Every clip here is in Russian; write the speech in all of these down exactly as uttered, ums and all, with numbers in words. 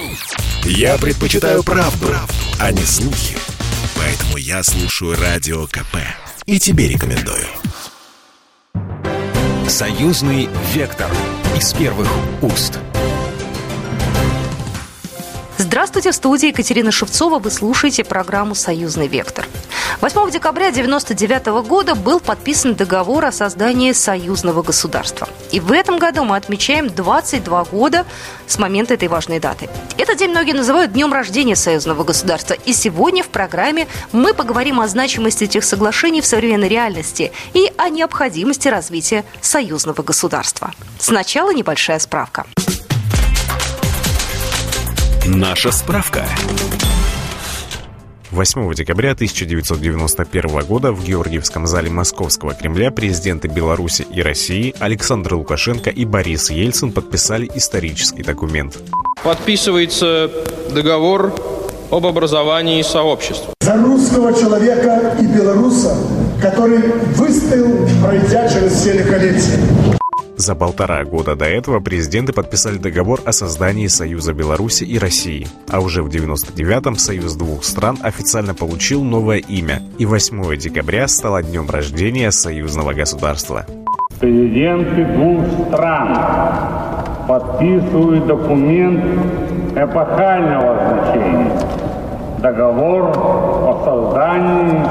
Я предпочитаю правду, правду, а не слухи. Поэтому я слушаю Радио КП. И тебе рекомендую. Союзный вектор. Из первых уст. Здравствуйте, в студии Екатерина Шевцова. Вы слушаете программу «Союзный вектор». восьмого декабря девяносто девятого года был подписан договор о создании союзного государства. И в этом году мы отмечаем двадцать два года с момента этой важной даты. Этот день многие называют днем рождения союзного государства. И сегодня в программе мы поговорим о значимости этих соглашений в современной реальности и о необходимости развития союзного государства. Сначала небольшая справка. Наша справка. восьмого декабря тысяча девятьсот девяносто первого года в Георгиевском зале Московского Кремля президенты Беларуси и России Александр Лукашенко и Борис Ельцин подписали исторический документ. Подписывается договор об образовании сообщества. За русского человека и белоруса, который выстоял, пройдя через все лихолетия. За полтора года до этого президенты подписали договор о создании Союза Беларуси и России. А уже в девяносто девятом союз двух стран официально получил новое имя. И восьмого декабря стало днем рождения союзного государства. Президенты двух стран подписывают документ эпохального значения. Договор о создании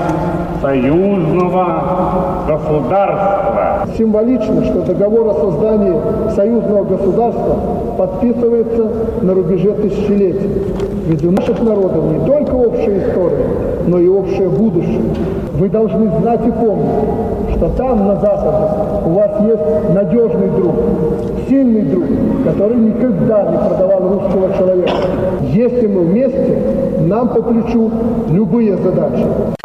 союзного государства. Символично, что договор о создании союзного государства подписывается на рубеже тысячелетий. Ведь у наших народов не только общая история, но и общее будущее. Вы должны знать и помнить, что там, на Западе, у вас есть надежный друг, сильный друг, который никогда не продавал русского человека. Если мы вместе, нам по плечу любые задачи.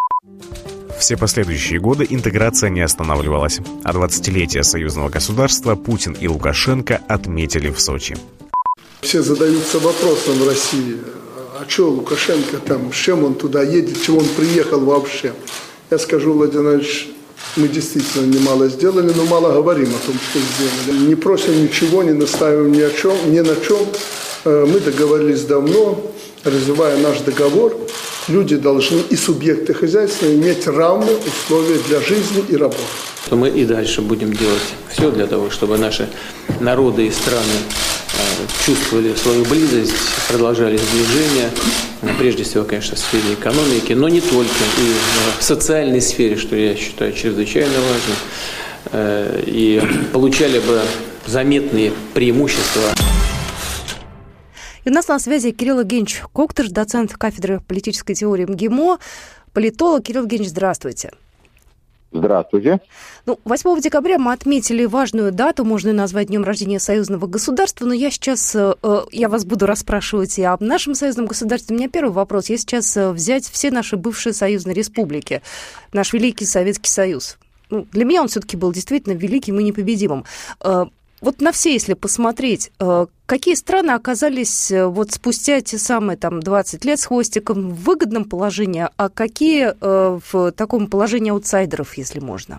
Все последующие годы интеграция не останавливалась, а двадцатилетие союзного государства Путин и Лукашенко отметили в Сочи. Все задаются вопросом в России, а что Лукашенко там, с чем он туда едет, чего он приехал вообще. Я скажу, Владимир Владимирович, мы действительно немало сделали, но мало говорим о том, что сделали. Не просим ничего, не настаиваем ни о чем, ни на чем. Мы договорились давно, развивая наш договор. Люди должны и субъекты хозяйства иметь равные условия для жизни и работы. Мы и дальше будем делать все для того, чтобы наши народы и страны чувствовали свою близость, продолжали сближение, прежде всего, конечно, в сфере экономики, но не только, и в социальной сфере, что я считаю чрезвычайно важным, и получали бы заметные преимущества. И у нас на связи Кирилл Евгеньевич Коктыш, доцент кафедры политической теории МГИМО, политолог. Кирилл Евгеньевич, здравствуйте. Здравствуйте. Ну, восьмого декабря мы отметили важную дату, можно ее назвать днем рождения союзного государства, но я сейчас, э, я вас буду расспрашивать и об нашем союзном государстве. У меня первый вопрос. Я сейчас взять все наши бывшие союзные республики, наш великий Советский Союз. Ну, для меня он все-таки был действительно великим и непобедимым. Э, Вот на все, если посмотреть, какие страны оказались вот спустя те самые там, двадцать лет с хвостиком в выгодном положении, а какие в таком положении аутсайдеров, если можно?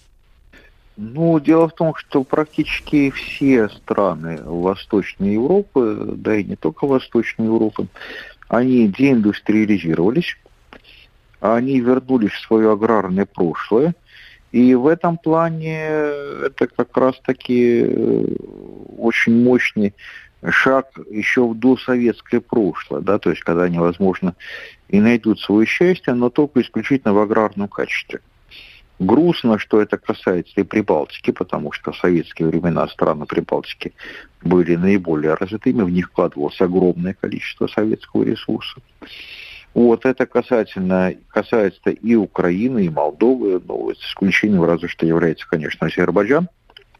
Ну, дело в том, что практически все страны Восточной Европы, да и не только Восточной Европы, они деиндустриализировались, они вернулись в свое аграрное прошлое. И в этом плане это как раз-таки очень мощный шаг еще в досоветское прошлое, да, то есть когда они, возможно, и найдут свое счастье, но только исключительно в аграрном качестве. Грустно, что это касается и Прибалтики, потому что в советские времена страны Прибалтики были наиболее развитыми, в них вкладывалось огромное количество советского ресурса. Вот это касательно, касается и Украины, и Молдовы, но с исключением разве что является, конечно, Азербайджан.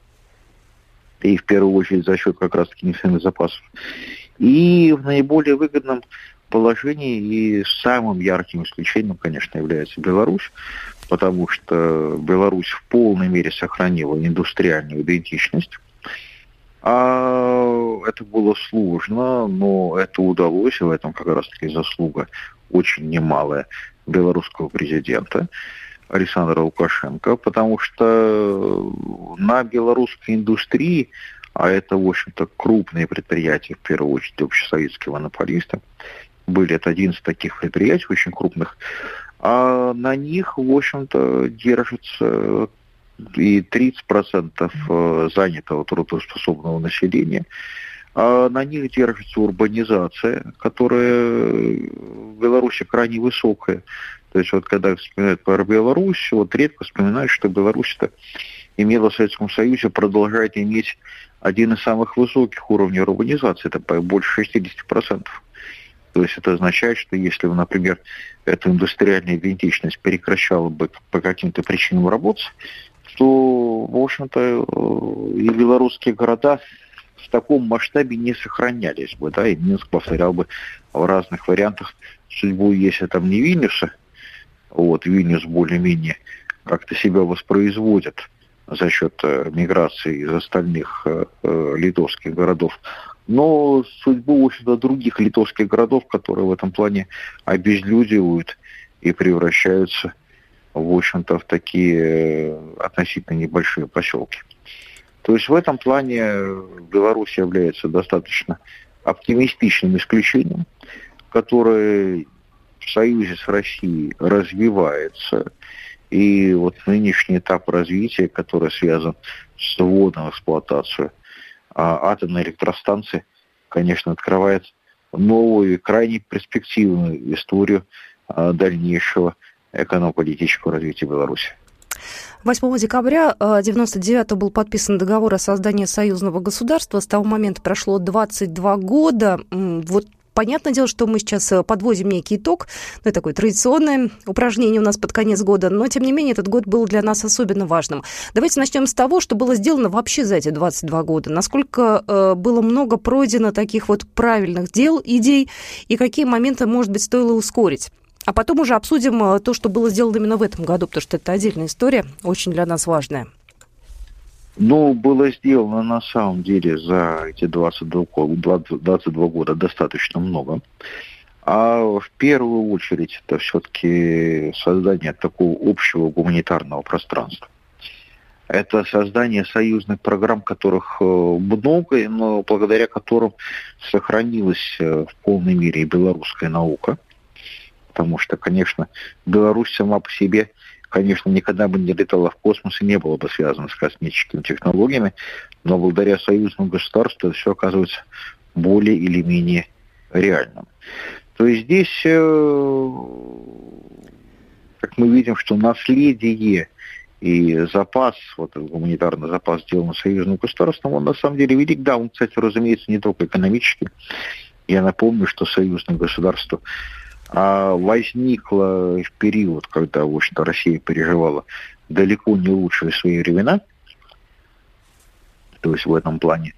И в первую очередь за счет как раз-таки нефтяных запасов. И в наиболее выгодном положении и самым ярким исключением, конечно, является Беларусь, потому что Беларусь в полной мере сохранила индустриальную идентичность. А это было сложно, но это удалось, и в этом как раз-таки заслуга очень немалая белорусского президента Александра Лукашенко, потому что на белорусской индустрии а это, в общем-то, крупные предприятия, в первую очередь, общесоветские монополисты. Были это одиннадцать таких предприятий, очень крупных. А на них, в общем-то, держится и тридцать процентов занятого трудоспособного населения. А на них держится урбанизация, которая в Беларуси крайне высокая. То есть вот когда вспоминают про Беларусь, вот редко вспоминают, что Беларусь-то имела в Советском Союзе, продолжает иметь один из самых высоких уровней урбанизации, это больше шестьдесят процентов. То есть это означает, что если, например, эта индустриальная идентичность прекращала бы по каким-то причинам работать, то, в общем-то, и белорусские города в таком масштабе не сохранялись бы, да, и Минск повторял бы в разных вариантах судьбу, если там не Вильнюса, вот, Вильнюс более-менее как-то себя воспроизводит за счет э, миграции из остальных э, э, литовских городов, но судьбу, в общем-то, других литовских городов, которые в этом плане обезлюдивают и превращаются, в общем-то, в такие относительно небольшие поселки. То есть в этом плане Беларусь является достаточно оптимистичным исключением, которое в союзе с Россией развивается. И вот нынешний этап развития, который связан с вводом в эксплуатацию атомной электростанции, конечно, открывает новую и крайне перспективную историю дальнейшего экономического развития Беларуси. восьмого декабря девяносто девятого был подписан договор о создании союзного государства. С того момента прошло двадцать два года. Вот понятное дело, что мы сейчас подводим некий итог. Ну, это такое традиционное упражнение у нас под конец года. Но, тем не менее, этот год был для нас особенно важным. Давайте начнем с того, что было сделано вообще за эти двадцать два года. Насколько э, было много пройдено таких вот правильных дел, идей, и какие моменты, может быть, стоило ускорить. А потом уже обсудим то, что было сделано именно в этом году, потому что это отдельная история, очень для нас важная. Ну, было сделано на самом деле за эти двадцать два года достаточно много. А в первую очередь это все-таки создание такого общего гуманитарного пространства. Это создание союзных программ, которых много, но благодаря которым сохранилась в полной мере и белорусская наука. Потому что, конечно, Беларусь сама по себе, конечно, никогда бы не летала в космос и не было бы связано с космическими технологиями, но благодаря союзному государству это все оказывается более или менее реальным. То есть здесь, как мы видим, что наследие и запас, вот гуманитарный запас, сделан союзным государством, он на самом деле велик. Да, он, кстати, разумеется, не только экономический. Я напомню, что союзное государство а возникла в период, когда, в общем-то, Россия переживала далеко не лучшие свои времена, то есть в этом плане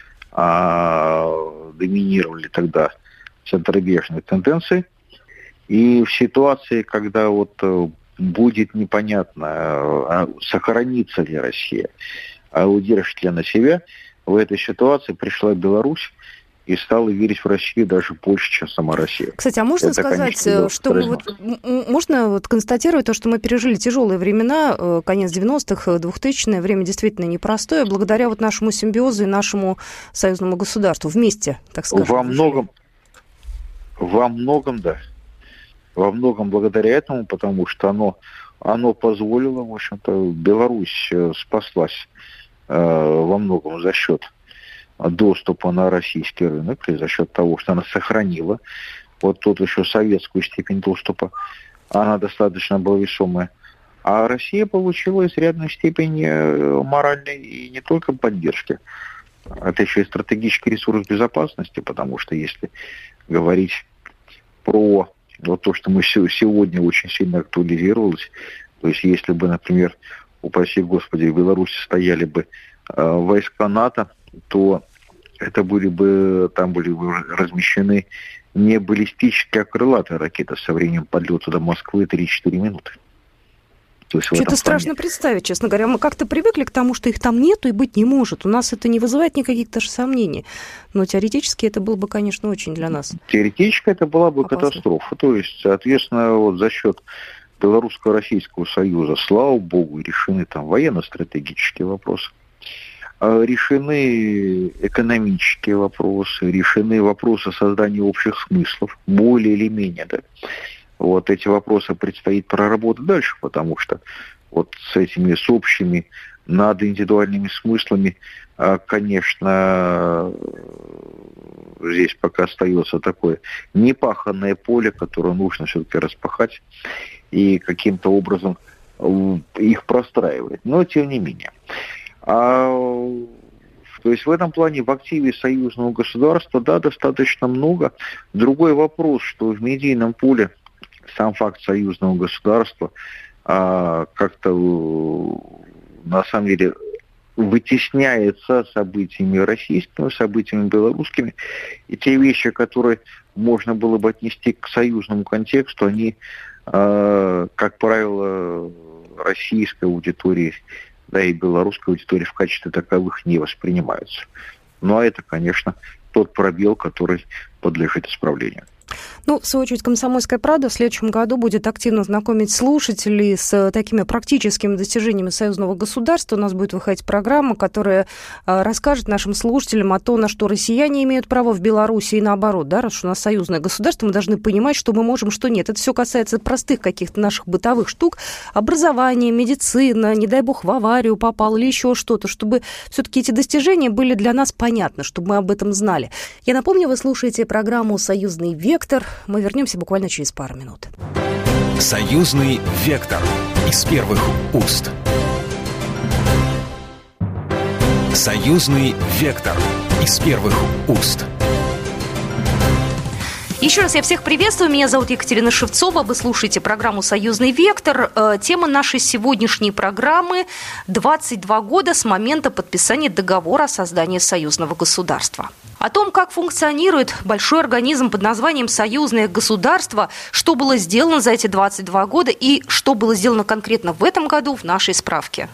а, доминировали тогда центробежные тенденции, и в ситуации, когда вот будет непонятно, сохранится ли Россия, а удержит ли она себя, в этой ситуации пришла Беларусь и стала верить в Россию даже больше, чем сама Россия. Кстати, а можно это, сказать, конечно, что мы вот, можно вот констатировать то, что мы пережили тяжелые времена, конец девяностых, двухтысячные, время действительно непростое, благодаря вот нашему симбиозу и нашему союзному государству вместе, так сказать. Во многом, во многом, да. Во многом благодаря этому, потому что оно, оно позволило, в общем-то, Беларусь спаслась э, во многом за счет доступа на российский рынок и за счет того, что она сохранила вот тут еще советскую степень доступа, она достаточно была весомая. А Россия получила изрядную степень моральной и не только поддержки, это еще и стратегический ресурс безопасности, потому что если говорить про вот то, что мы сегодня очень сильно актуализировалось, то есть если бы, например, упаси Господи, в Беларуси стояли бы э, войска НАТО, то это были бы, там были бы размещены не баллистические, а крылатые ракеты со временем подлета до Москвы три-четыре минуты. Что-то страшно плане... представить, честно говоря. Мы как-то привыкли к тому, что их там нету и быть не может. У нас это не вызывает никаких даже сомнений. Но теоретически это было бы, конечно, очень для нас. Теоретически это была бы опасно. Катастрофа. То есть, соответственно, вот за счет Белорусско-Российского союза, слава богу, решены там военно-стратегические вопросы. решены экономические вопросы, решены вопросы создания общих смыслов, более или менее, да. Вот эти вопросы предстоит проработать дальше, потому что вот с этими, с общими над индивидуальными смыслами, конечно, здесь пока остается такое непаханное поле, которое нужно все-таки распахать и каким-то образом их простраивать. Но тем не менее. А, то есть в этом плане в активе союзного государства, да, достаточно много. Другой вопрос, что в медийном поле сам факт союзного государства а, как-то на самом деле вытесняется событиями российскими, событиями белорусскими. И те вещи, которые можно было бы отнести к союзному контексту, они, а, как правило, российской аудитории, да и белорусской аудитории в качестве таковых не воспринимаются. Ну, а это, конечно, тот пробел, который подлежит исправлению. Ну, в свою очередь, «Комсомольская правда» в следующем году будет активно знакомить слушателей с такими практическими достижениями союзного государства. У нас будет выходить программа, которая расскажет нашим слушателям о том, на что россияне имеют право в Беларуси и наоборот. Да, раз уж у нас союзное государство, мы должны понимать, что мы можем, что нет. Это все касается простых каких-то наших бытовых штук. Образование, медицина, не дай бог в аварию попал или еще что-то, чтобы все-таки эти достижения были для нас понятны, чтобы мы об этом знали. Я напомню, вы слушаете программу «Союзный вектор». Мы вернемся буквально через пару минут. Союзный вектор из первых уст. Союзный вектор из первых уст. Еще раз я всех приветствую. Меня зовут Екатерина Шевцова. Вы слушаете программу «Союзный вектор». Тема нашей сегодняшней программы – двадцать два года с момента подписания договора о создании союзного государства. О том, как функционирует большой организм под названием «Союзное государство», что было сделано за эти двадцать два года и что было сделано конкретно в этом году, в нашей справке.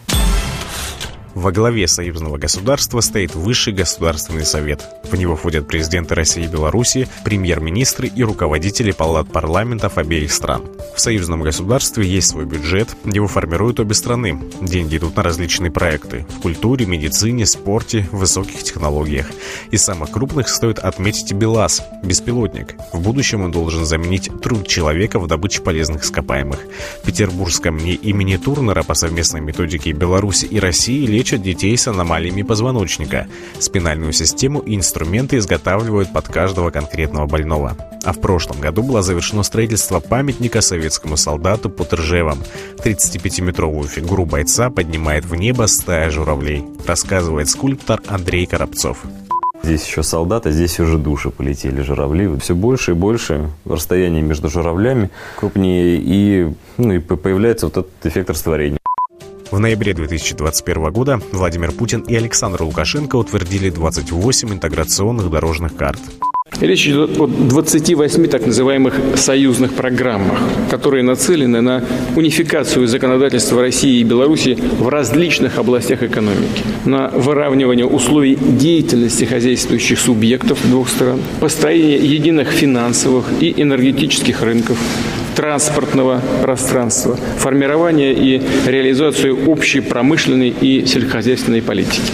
Во главе союзного государства стоит Высший Государственный Совет. В него входят президенты России и Беларуси, премьер-министры и руководители палат парламентов обеих стран. В союзном государстве есть свой бюджет, его формируют обе страны. Деньги идут на различные проекты в культуре, медицине, спорте, высоких технологиях. Из самых крупных стоит отметить БелАЗ – беспилотник. В будущем он должен заменить труд человека в добыче полезных ископаемых. В Петербургском НИИ имени Турнера по совместной методике Беларуси и России лечат детей с аномалиями позвоночника. Спинальную систему и инструменты изготавливают под каждого конкретного больного. А в прошлом году было завершено строительство памятника советскому солдату под Ржевом. тридцатипятиметровую фигуру бойца поднимает в небо стая журавлей, рассказывает скульптор Андрей Коробцов. Здесь еще солдаты, здесь уже души полетели, журавли. Все больше и больше расстояние между журавлями крупнее, и, ну, и появляется вот этот эффект растворения. В ноябре две тысячи двадцать первого года Владимир Путин и Александр Лукашенко утвердили двадцать восемь интеграционных дорожных карт. Речь идет о двадцати восьми так называемых союзных программах, которые нацелены на унификацию законодательства России и Беларуси в различных областях экономики, на выравнивание условий деятельности хозяйствующих субъектов двух стран, построение единых финансовых и энергетических рынков, транспортного пространства, формирование и реализацию общей промышленной и сельскохозяйственной политики.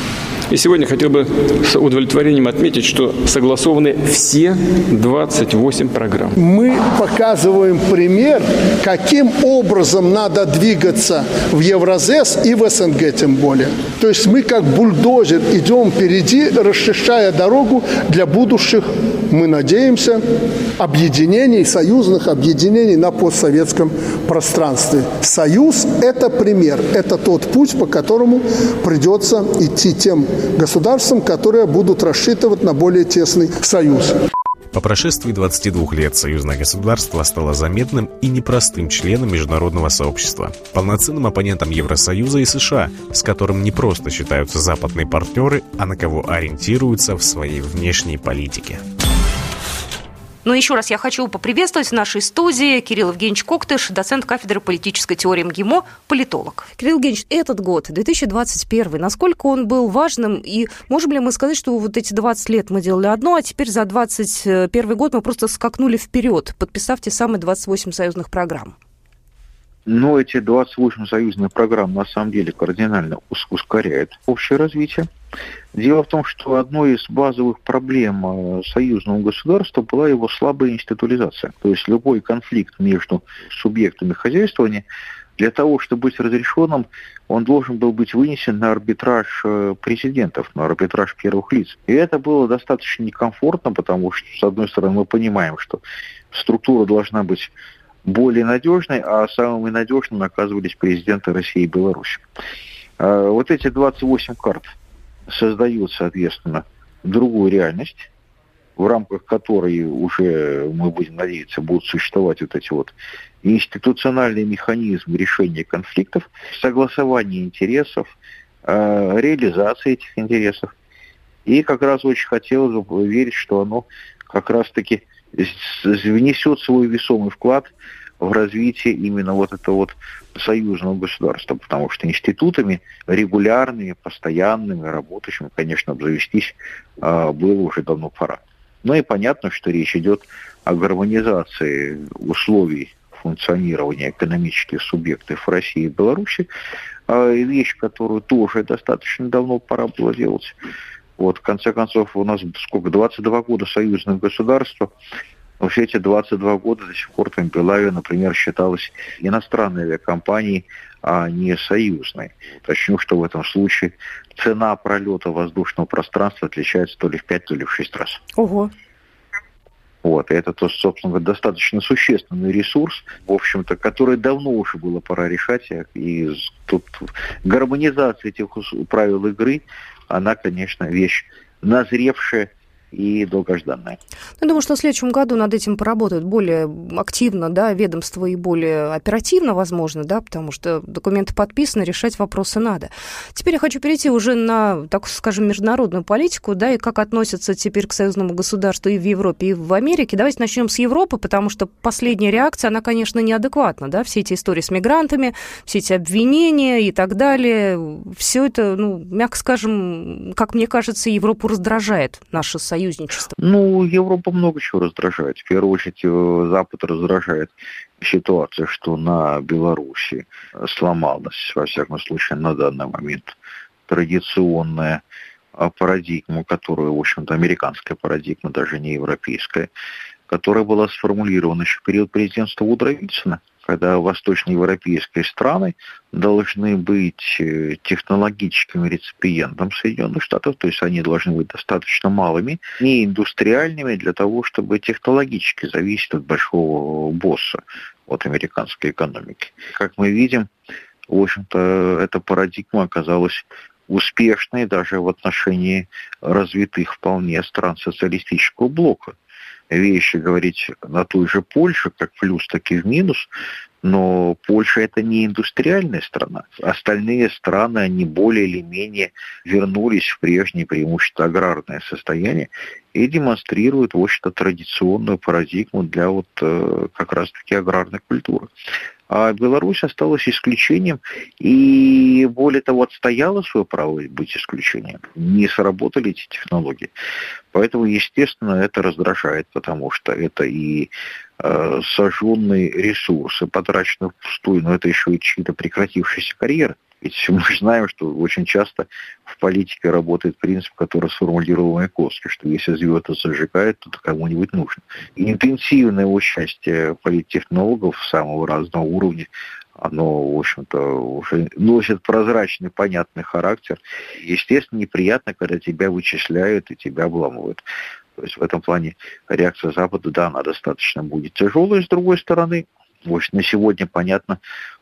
И сегодня хотел бы с удовлетворением отметить, что согласованы все двадцать восемь программ. Мы показываем пример, каким образом надо двигаться в Евразес и в СНГ тем более. То есть мы как бульдозер идем впереди, расчищая дорогу для будущих, мы надеемся, объединений, союзных объединений на постсоветском пространстве. Союз – это пример, это тот путь, по которому придется идти тем государствам, которые будут рассчитывать на более тесный союз. По прошествии двадцати двух лет союзное государство стало заметным и непростым членом международного сообщества, полноценным оппонентом Евросоюза и США, с которым не просто считаются западные партнеры, а на кого ориентируются в своей внешней политике. Но еще раз я хочу поприветствовать в нашей студии Кирилл Евгеньевич Коктыш, доцент кафедры политической теории МГИМО, политолог. Кирилл Евгеньевич, этот год, две тысячи двадцать первый, насколько он был важным, и можем ли мы сказать, что вот эти двадцать лет мы делали одно, а теперь за двадцать первый год мы просто скакнули вперед, подписав те самые двадцать восемь союзных программ? Но эти двадцать восемь союзных программ на самом деле кардинально ускоряют общее развитие. Дело в том, что одной из базовых проблем союзного государства была его слабая институализация. То есть любой конфликт между субъектами хозяйствования, для того, чтобы быть разрешенным, он должен был быть вынесен на арбитраж президентов, на арбитраж первых лиц. И это было достаточно некомфортно, потому что, с одной стороны, мы понимаем, что структура должна быть более надежной, а самыми надежными оказывались президенты России и Беларуси. Вот эти двадцать восемь карт создают, соответственно, другую реальность, в рамках которой уже, мы будем надеяться, будут существовать вот эти вот институциональные механизмы решения конфликтов, согласования интересов, реализации этих интересов. И как раз очень хотелось бы верить, что оно как раз-таки внесет свой весомый вклад в развитие именно вот этого вот союзного государства, потому что институтами регулярными, постоянными, работающими, конечно, обзавестись э, было уже давно пора. Ну и понятно, что речь идет о гармонизации условий функционирования экономических субъектов России и Беларуси, э, вещь, которую тоже достаточно давно пора было делать. Вот, в конце концов, у нас сколько, двадцать два года союзного государства. Но все эти двадцать два года до сих пор там Белавия, например, считалась иностранной авиакомпанией, а не союзной. Уточню, что в этом случае цена пролета воздушного пространства отличается то ли в пять, то ли в шесть раз. Ого. Вот, и это, то, собственно говоря, достаточно существенный ресурс, в общем-то, который давно уже было пора решать. И тут гармонизация этих правил игры, она, конечно, вещь назревшая и долгожданная. Я думаю, что в следующем году над этим поработают более активно, да, ведомство и более оперативно, возможно, да, потому что документы подписаны, решать вопросы надо. Теперь я хочу перейти уже на, так скажем, международную политику, да, и как относятся теперь к союзному государству и в Европе, и в Америке. Давайте начнем с Европы, потому что последняя реакция, она, конечно, неадекватна, да, все эти истории с мигрантами, все эти обвинения и так далее, все это, ну, мягко скажем, как мне кажется, Европу раздражает, наше союзничество. Ну, Европа много чего раздражает. В первую очередь, Запад раздражает ситуация, что на Беларуси сломалась, во всяком случае, на данный момент традиционная парадигма, которая, в общем-то, американская парадигма, даже не европейская, которая была сформулирована еще в период президентства Вудро Вильсона, когда восточноевропейские страны должны быть технологическим реципиентом Соединенных Штатов, то есть они должны быть достаточно малыми, не индустриальными для того, чтобы технологически зависеть от большого босса, от американской экономики. Как мы видим, в общем-то, эта парадигма оказалась успешной даже в отношении развитых вполне стран социалистического блока. Вещи говорить на той же Польше, как плюс, так и в минус, но Польша это не индустриальная страна. Остальные страны, они более или менее вернулись в прежнее преимущество аграрное состояние и демонстрируют, в общем-то, традиционную парадигму для вот как раз-таки аграрной культуры. А Беларусь осталась исключением и, более того, отстояла свое право быть исключением. Не сработали эти технологии. Поэтому, естественно, это раздражает, потому что это и э, сожженные ресурсы, потраченные впустую, но это еще и чьи-то прекратившиеся карьеры. Ведь мы знаем, что очень часто в политике работает принцип, который сформулировал Маяковский, что если звезды зажигают, то кому-нибудь нужно. И интенсивное участие политтехнологов самого разного уровня, оно, в общем-то, уже носит прозрачный, понятный характер. Естественно, неприятно, когда тебя вычисляют и тебя обламывают. То есть в этом плане реакция Запада, да, она достаточно будет тяжелая. С другой стороны, вот на сегодня понятно,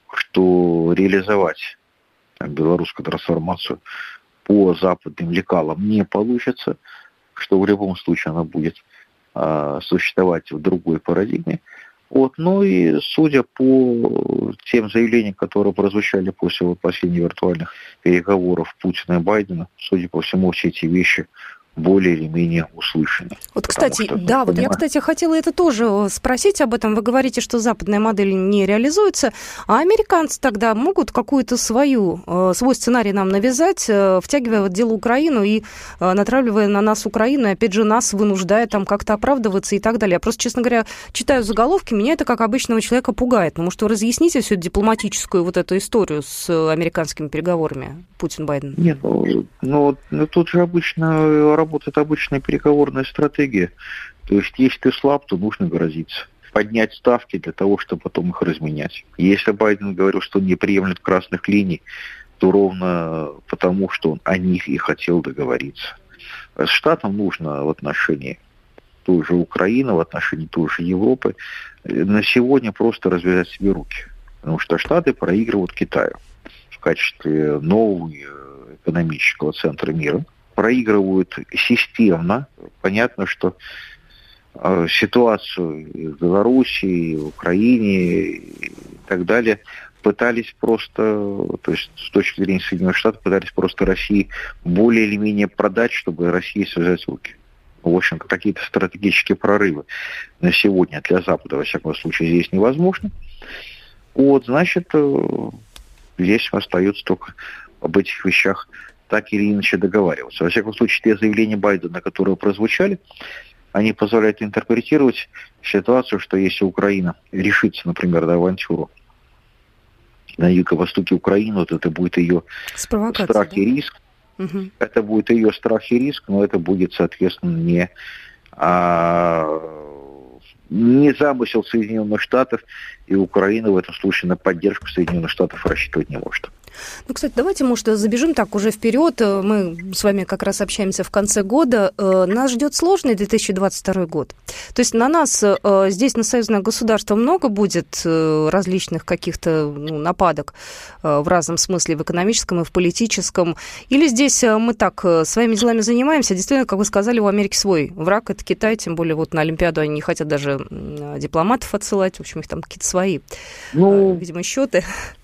что реализовать белорусскую трансформацию по западным лекалам не получится, что в любом случае она будет э, существовать в другой парадигме. Вот. Ну и судя по тем заявлениям, которые прозвучали после вот последних виртуальных переговоров Путина и Байдена, судя по всему, все эти вещи более или менее услышаны. Вот, кстати, что, да, вот я, кстати, хотела это тоже спросить об этом. Вы говорите, что западная модель не реализуется, а американцы тогда могут какую-то свою, свой сценарий нам навязать, втягивая в дело Украину и натравливая на нас Украину, и опять же нас вынуждая там как-то оправдываться и так далее. Я просто, честно говоря, читаю заголовки, меня это как обычного человека пугает. Ну, может, вы разъясните всю дипломатическую вот эту историю с американскими переговорами Путин-Байден? Нет, ну, ну, ну тут же обычно работает обычная переговорная стратегия. То есть, если ты слаб, то нужно грозиться. Поднять ставки для того, чтобы потом их разменять. Если Байден говорил, что он не приемлет красных линий, то ровно потому, что он о них и хотел договориться. С Штатом нужно в отношении той же Украины, в отношении той же Европы на сегодня просто развязать себе руки. Потому что Штаты проигрывают Китаю в качестве нового экономического центра мира. Проигрывают системно. Понятно, что э, ситуацию в Белоруссии, в Украине и так далее пытались просто, то есть с точки зрения Соединенных Штатов, пытались просто России более или менее продать, чтобы России связать руки. В общем-то, какие-то стратегические прорывы на сегодня для Запада, во всяком случае, здесь невозможно. Вот, значит, э, здесь остается только об этих вещах так или иначе договариваться. Во всяком случае, те заявления Байдена, которые прозвучали, они позволяют интерпретировать ситуацию, что если Украина решится, например, на авантюру на юго-востоке Украины, вот это будет ее страх да? и риск. Угу. Это будет ее страх и риск, но это будет, соответственно, не, а, не замысел Соединенных Штатов, и Украина в этом случае на поддержку Соединенных Штатов рассчитывать не может. Ну, кстати, давайте, может, забежим так уже вперед. Мы с вами как раз общаемся в конце года. Нас ждет сложный две тысячи двадцать второй год. То есть на нас здесь, на союзное государство, много будет различных каких-то ну, нападок в разном смысле, в экономическом и в политическом. Или здесь мы так своими делами занимаемся. Действительно, как вы сказали, у Америки свой враг, это Китай, тем более вот на Олимпиаду они не хотят даже дипломатов отсылать. В общем, их там какие-то свои, ну... видимо, счеты.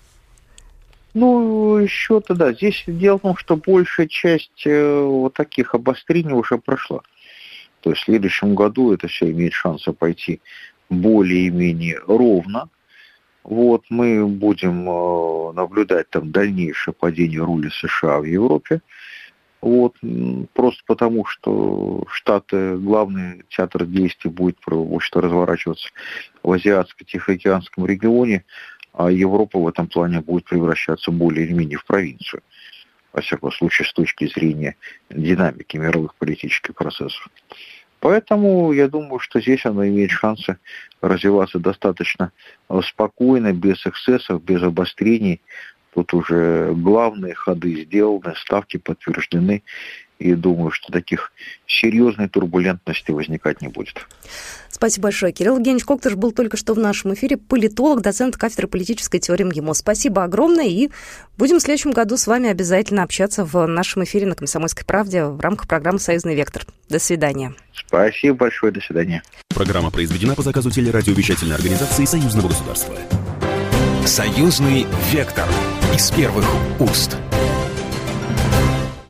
Ну, счеты, да. Здесь дело в том, что большая часть э, вот таких обострений уже прошла. То есть в следующем году это все имеет шансы пойти более-менее ровно. Вот, мы будем э, наблюдать там дальнейшее падение роли США в Европе. Вот, просто потому, что Штаты, главный театр действий будет что разворачиваться в Азиатско-Тихоокеанском регионе, а Европа в этом плане будет превращаться более или менее в провинцию. Во всяком случае, с точки зрения динамики мировых политических процессов. Поэтому я думаю, что здесь она имеет шансы развиваться достаточно спокойно, без эксцессов, без обострений. Тут уже главные ходы сделаны, ставки подтверждены. И думаю, что таких серьезной турбулентности возникать не будет. Спасибо большое. Кирилл Евгеньевич Коктыш был только что в нашем эфире, политолог, доцент кафедры политической теории МГИМО. Спасибо огромное, и будем в следующем году с вами обязательно общаться в нашем эфире на «Комсомольской правде» в рамках программы «Союзный вектор». До свидания. Спасибо большое, до свидания. Программа произведена по заказу телерадиовещательной организации Союзного государства. «Союзный вектор» из первых уст.